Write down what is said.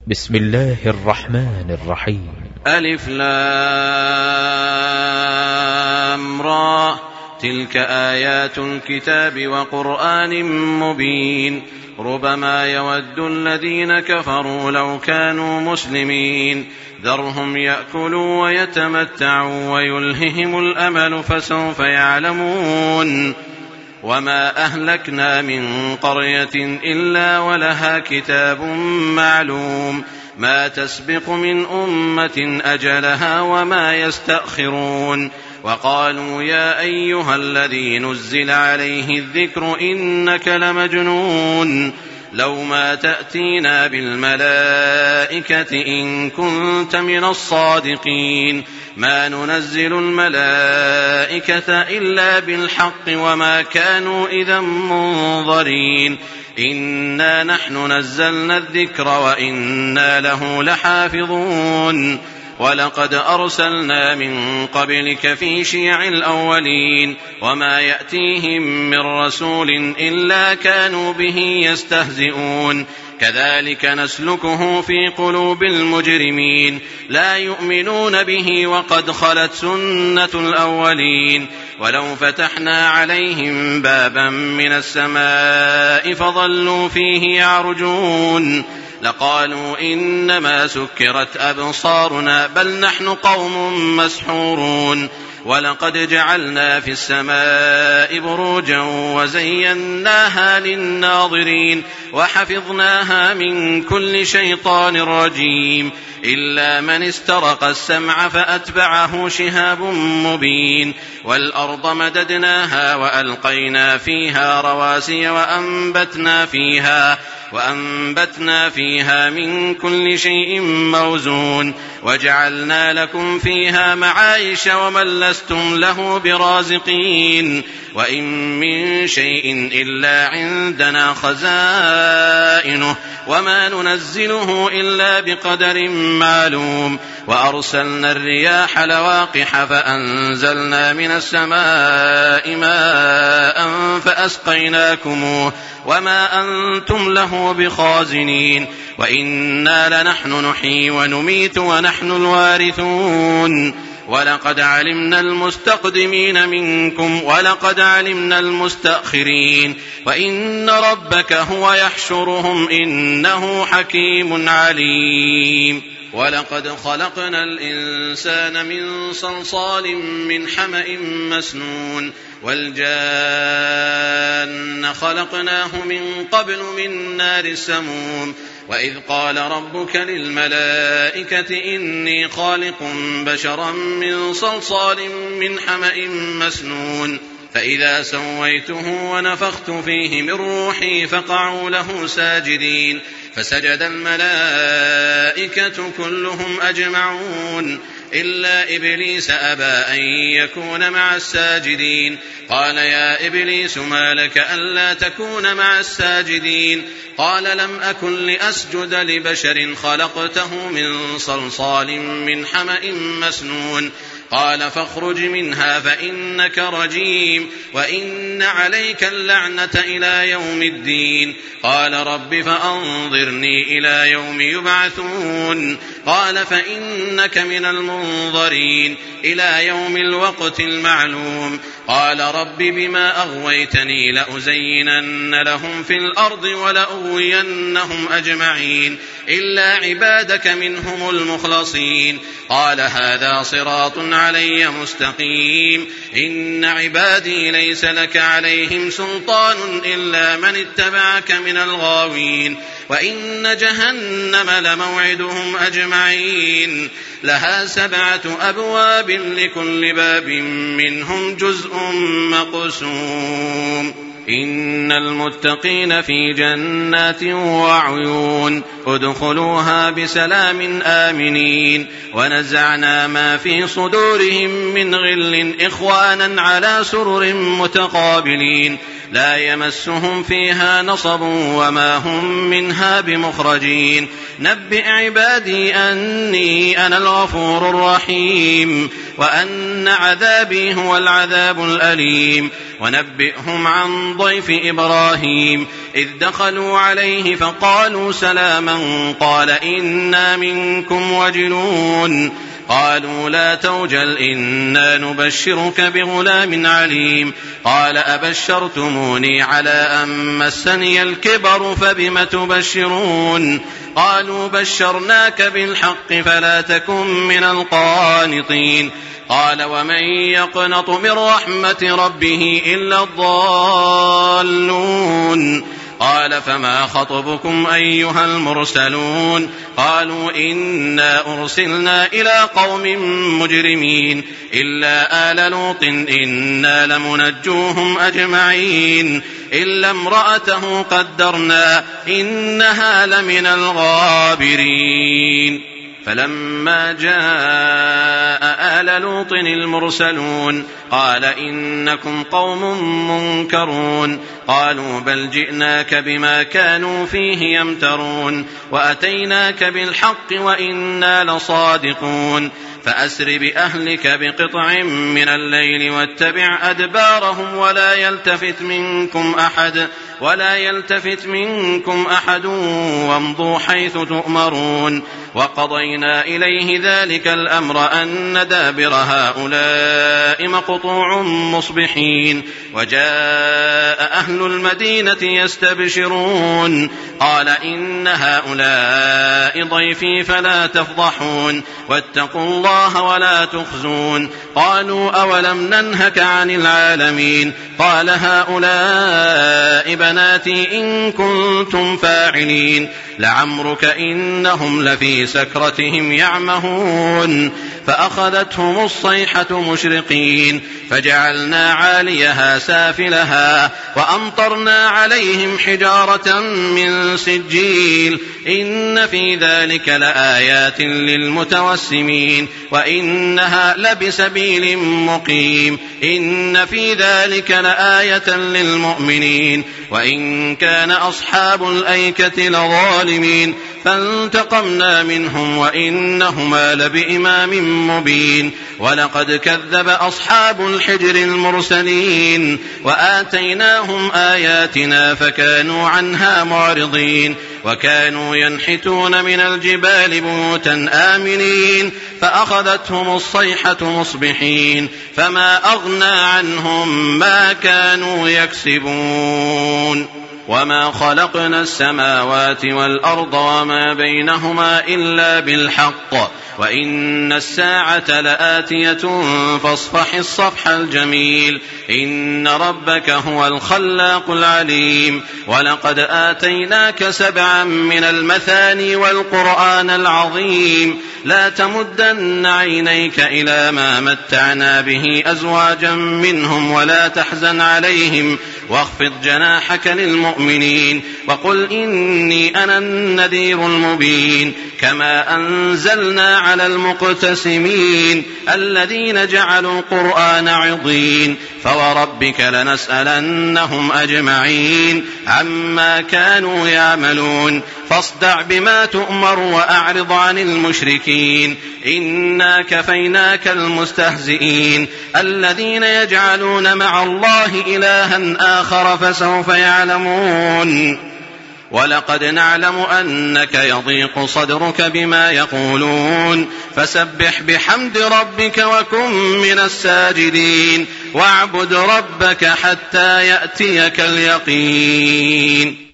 بسم الله الرحمن الرحيم. ألف لام را تلك آيات الكتاب وقرآن مبين ربما يود الذين كفروا لو كانوا مسلمين ذرهم يأكلوا ويتمتعوا ويلههم الأمل فسوف يعلمون وما أهلكنا من قرية إلا ولها كتاب معلوم ما تسبق من أمة أجلها وما يستأخرون وقالوا يا أيها الذي نزل عليه الذكر إنك لمجنون لو ما تأتينا بالملائكة إن كنت من الصادقين ما ننزل الملائكة إلا بالحق وما كانوا إذا منظرين إنا نحن نزلنا الذكر وإنا له لحافظون ولقد أرسلنا من قبلك في شيع الأولين وما يأتيهم من رسول إلا كانوا به يستهزئون كذلك نسلكه في قلوب المجرمين لا يؤمنون به وقد خلت سنة الأولين ولو فتحنا عليهم بابا من السماء فظلوا فيه يعرجون لقالوا إنما سكرت أبصارنا بل نحن قوم مسحورون ولقد جعلنا في السماء بروجا وزيناها للناظرين وحفظناها من كل شيطان رجيم إلا من استرق السمع فأتبعه شهاب مبين والأرض مددناها وألقينا فيها رواسي وأنبتنا فيها من كل شيء موزون وجعلنا لكم فيها معايش ومن لستم له برازقين وإن من شيء إلا عندنا خزائنه وما ننزله إلا بقدر معلوم وأرسلنا الرياح لواقح فأنزلنا من السماء ماء فأسقيناكموه وما أنتم له بخازنين وإنا لنحن نحيي ونميت ونحن الوارثون ولقد علمنا المستقدمين منكم ولقد علمنا المستأخرين وإن ربك هو يحشرهم إنه حكيم عليم ولقد خلقنا الإنسان من صلصال من حمأ مسنون والجان خلقناه من قبل من نار السموم وإذ قال ربك للملائكة إني خالق بشرا من صلصال من حمأ مسنون فإذا سويته ونفخت فيه من روحي فقعوا له ساجدين فسجد الملائكة كلهم أجمعون إلا إبليس أبى أن يكون مع الساجدين قال يا إبليس ما لك ألا تكون مع الساجدين قال لم أكن لأسجد لبشر خلقته من صلصال من حمأ مسنون قال فاخرج منها فإنك رجيم وإن عليك اللعنة إلى يوم الدين قال رب فأنظرني إلى يوم يبعثون قال فإنك من المنظرين إلى يوم الوقت المعلوم قال رب بما أغويتني لأزينن لهم في الأرض ولأغوينهم أجمعين إلا عبادك منهم المخلصين قال هذا صراط علي مستقيم إن عبادي ليس لك عليهم سلطان إلا من اتبعك من الغاوين وإن جهنم لموعدهم أجمعين لها 7 أبواب لكل باب منهم جزء مقسوم إن المتقين في جنات وعيون ادخلوها بسلام آمنين ونزعنا ما في صدورهم من غل إخوانا على سرر متقابلين لا يمسهم فيها نصب وما هم منها بمخرجين نبئ عبادي أني أنا الغفور الرحيم وأن عذابي هو العذاب الأليم ونبئهم عن ضيف إبراهيم إذ دخلوا عليه فقالوا سلاما قال إنا منكم وجلون قالوا لا توجل إنا نبشرك بغلام عليم قال أبشرتموني على أن مسني الكبر فبم تبشرون قالوا بشرناك بالحق فلا تكن من القانطين قال ومن يقنط من رحمة ربه إلا الضالون قال فما خطبكم أيها المرسلون قالوا إنا أرسلنا إلى قوم مجرمين إلا آل لوط إنا لمنجوهم أجمعين إلا امرأته قدرنا إنها لمن الغابرين فلما جاء آل لوط المرسلون قال إنكم قوم منكرون قالوا بل جئناك بما كانوا فيه يمترون وأتيناك بالحق وإنا لصادقون فأسر بأهلك بقطع من الليل واتبع أدبارهم ولا يلتفت منكم أحد وامضوا حيث تؤمرون وقضينا إليه ذلك الأمر أن دابر هؤلاء مقطوع مصبحين وجاء أهل المدينة يستبشرون قال إن هؤلاء ضيفي فلا تفضحون واتقوا الله ولا تخزون قالوا أولم ننهك عن العالمين قال هؤلاء بناتي إن كنتم فاعلين لعمرك إنهم لفي سكرتهم يعمهون فأخذتهم الصيحة مشرقين فجعلنا عاليها سافلها وأمطرنا عليهم حجارة من سجيل إن في ذلك لآيات للمتوسمين وإنها لبسبيل مقيم إن في ذلك لآية للمؤمنين وإن كان أصحاب الأيكة لظالمين فانتقمنا منهم وإنهما لبإمام مبين ولقد كذب أصحاب الحجر المرسلين وآتيناهم آياتنا فكانوا عنها معرضين وكانوا ينحتون من الجبال بيوتا آمنين فأخذتهم الصيحة مصبحين فما أغنى عنهم ما كانوا يكسبون وما خلقنا السماوات والأرض وما بينهما إلا بالحق وإن الساعة لآتية فاصفح الصفح الجميل إن ربك هو الخلاق العليم ولقد آتيناك 7 من المثاني والقرآن العظيم لا تمدن عينيك إلى ما متعنا به أزواجا منهم ولا تحزن عليهم واخفض جناحك للمؤمنين وقل إني أنا النذير المبين كما أنزلنا على المقتسمين الذين جعلوا القرآن عضين فوربك لنسألنهم أجمعين عما كانوا يعملون فاصدع بما تؤمر وأعرض عن المشركين إنا كفيناك المستهزئين الذين يجعلون مع الله إلها آخر فسوف يعلمون ولقد نعلم أنك يضيق صدرك بما يقولون فسبح بحمد ربك وكن من الساجدين واعبد ربك حتى يأتيك اليقين